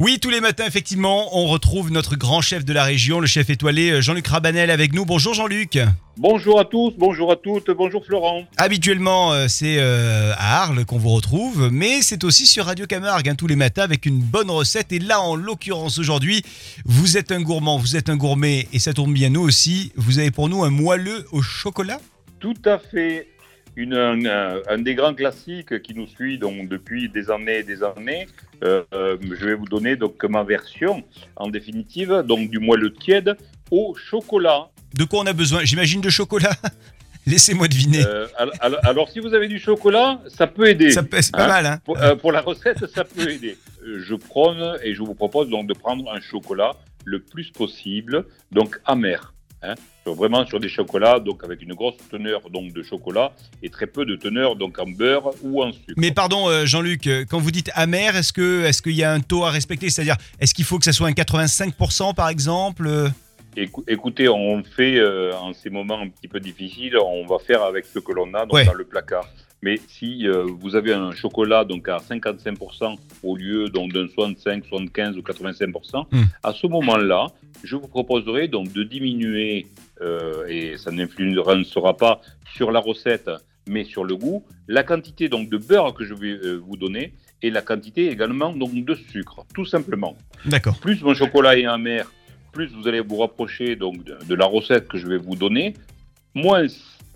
Oui, tous les matins, effectivement, on retrouve notre grand chef de la région, le chef étoilé Jean-Luc Rabanel avec nous. Bonjour Jean-Luc. Bonjour à tous, bonjour à toutes, bonjour Florent. Habituellement, c'est à Arles qu'on vous retrouve, mais c'est aussi sur Radio Camargue, tous les matins avec une bonne recette. Et là, en l'occurrence, aujourd'hui, vous êtes un gourmand, vous êtes un gourmet, et ça tombe bien, nous aussi. Vous avez pour nous un moelleux au chocolat ? Tout à fait. Un des grands classiques qui nous suit donc depuis des années et des années. Je vais vous donner donc ma version en définitive, donc du moelleux tiède au chocolat. De quoi on a besoin ? J'imagine de chocolat. Laissez-moi deviner. Alors, si vous avez du chocolat, ça peut aider. C'est pas mal, hein. Pour la recette, ça peut aider. Je prône et je vous propose donc de prendre un chocolat le plus possible, donc amer. Vraiment sur des chocolats, donc avec une grosse teneur donc de chocolat et très peu de teneur donc en beurre ou en sucre. Mais pardon Jean-Luc, quand vous dites amer, est-ce qu'il y a un taux à respecter ? C'est-à-dire, est-ce qu'il faut que ça soit un 85% par exemple ? Écoutez, on fait en ces moments un petit peu difficiles, on va faire avec ce que l'on a donc dans le placard. Mais si vous avez un chocolat donc à 55% au lieu donc d'un 65, 75 ou 85%, à ce moment-là, je vous proposerai donc de diminuer, et ça n'influencera pas sur la recette, mais sur le goût, la quantité donc de beurre que je vais vous donner et la quantité également donc de sucre, tout simplement. D'accord. Plus mon chocolat est amer, plus vous allez vous rapprocher donc de la recette que je vais vous donner, moins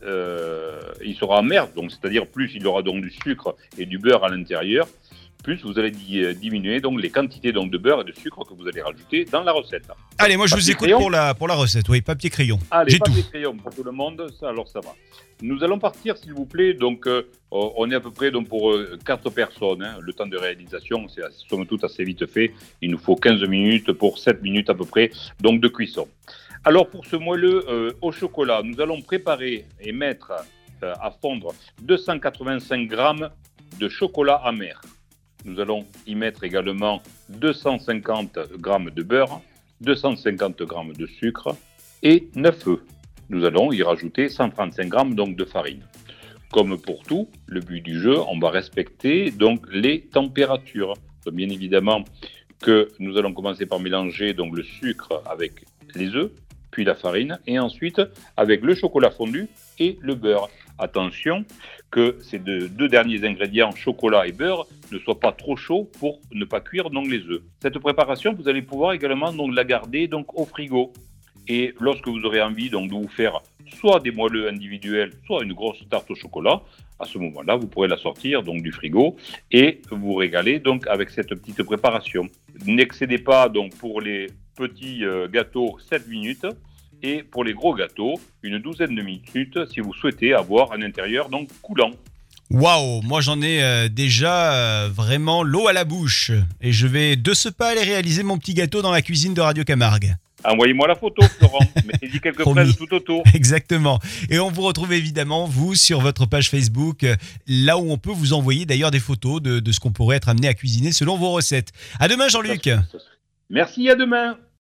il sera amer, donc c'est-à-dire plus il y aura donc du sucre et du beurre à l'intérieur, plus vous allez diminuer donc les quantités donc de beurre et de sucre que vous allez rajouter dans la recette. Allez, moi je vous écoute pour la recette. Oui, papier crayon. Allez, j'ai papier tout. crayon pour tout le monde, alors ça va. Nous allons partir, s'il vous plaît. Donc, on est à peu près donc pour 4 personnes. Le temps de réalisation, c'est somme toute assez vite fait. Il nous faut 15 minutes pour 7 minutes à peu près donc de cuisson. Alors, pour ce moelleux au chocolat, nous allons préparer et mettre à fondre 285 grammes de chocolat amer. Nous allons y mettre également 250 grammes de beurre, 250 grammes de sucre et 9 œufs. Nous allons y rajouter 135 grammes donc de farine. Comme pour tout, le but du jeu, on va respecter donc les températures. Donc, bien évidemment que nous allons commencer par mélanger donc le sucre avec les œufs, puis la farine, et ensuite avec le chocolat fondu et le beurre. Attention que ces deux derniers ingrédients, chocolat et beurre, ne soient pas trop chauds pour ne pas cuire donc les œufs. Cette préparation, vous allez pouvoir également donc la garder donc au frigo. Et lorsque vous aurez envie donc de vous faire soit des moelleux individuels, soit une grosse tarte au chocolat, à ce moment-là, vous pourrez la sortir donc du frigo et vous régaler donc avec cette petite préparation. N'excédez pas donc pour les petits gâteaux 7 minutes et pour les gros gâteaux une douzaine de minutes si vous souhaitez avoir un intérieur donc coulant. Waouh, moi j'en ai déjà vraiment l'eau à la bouche et je vais de ce pas aller réaliser mon petit gâteau dans la cuisine de Radio Camargue. Envoyez-moi la photo, Florent. Mettez-y quelques fraises tout autour. Exactement. Et on vous retrouve évidemment, vous, sur votre page Facebook, là où on peut vous envoyer d'ailleurs des photos de ce qu'on pourrait être amené à cuisiner selon vos recettes. À demain, Jean-Luc. Merci, à demain.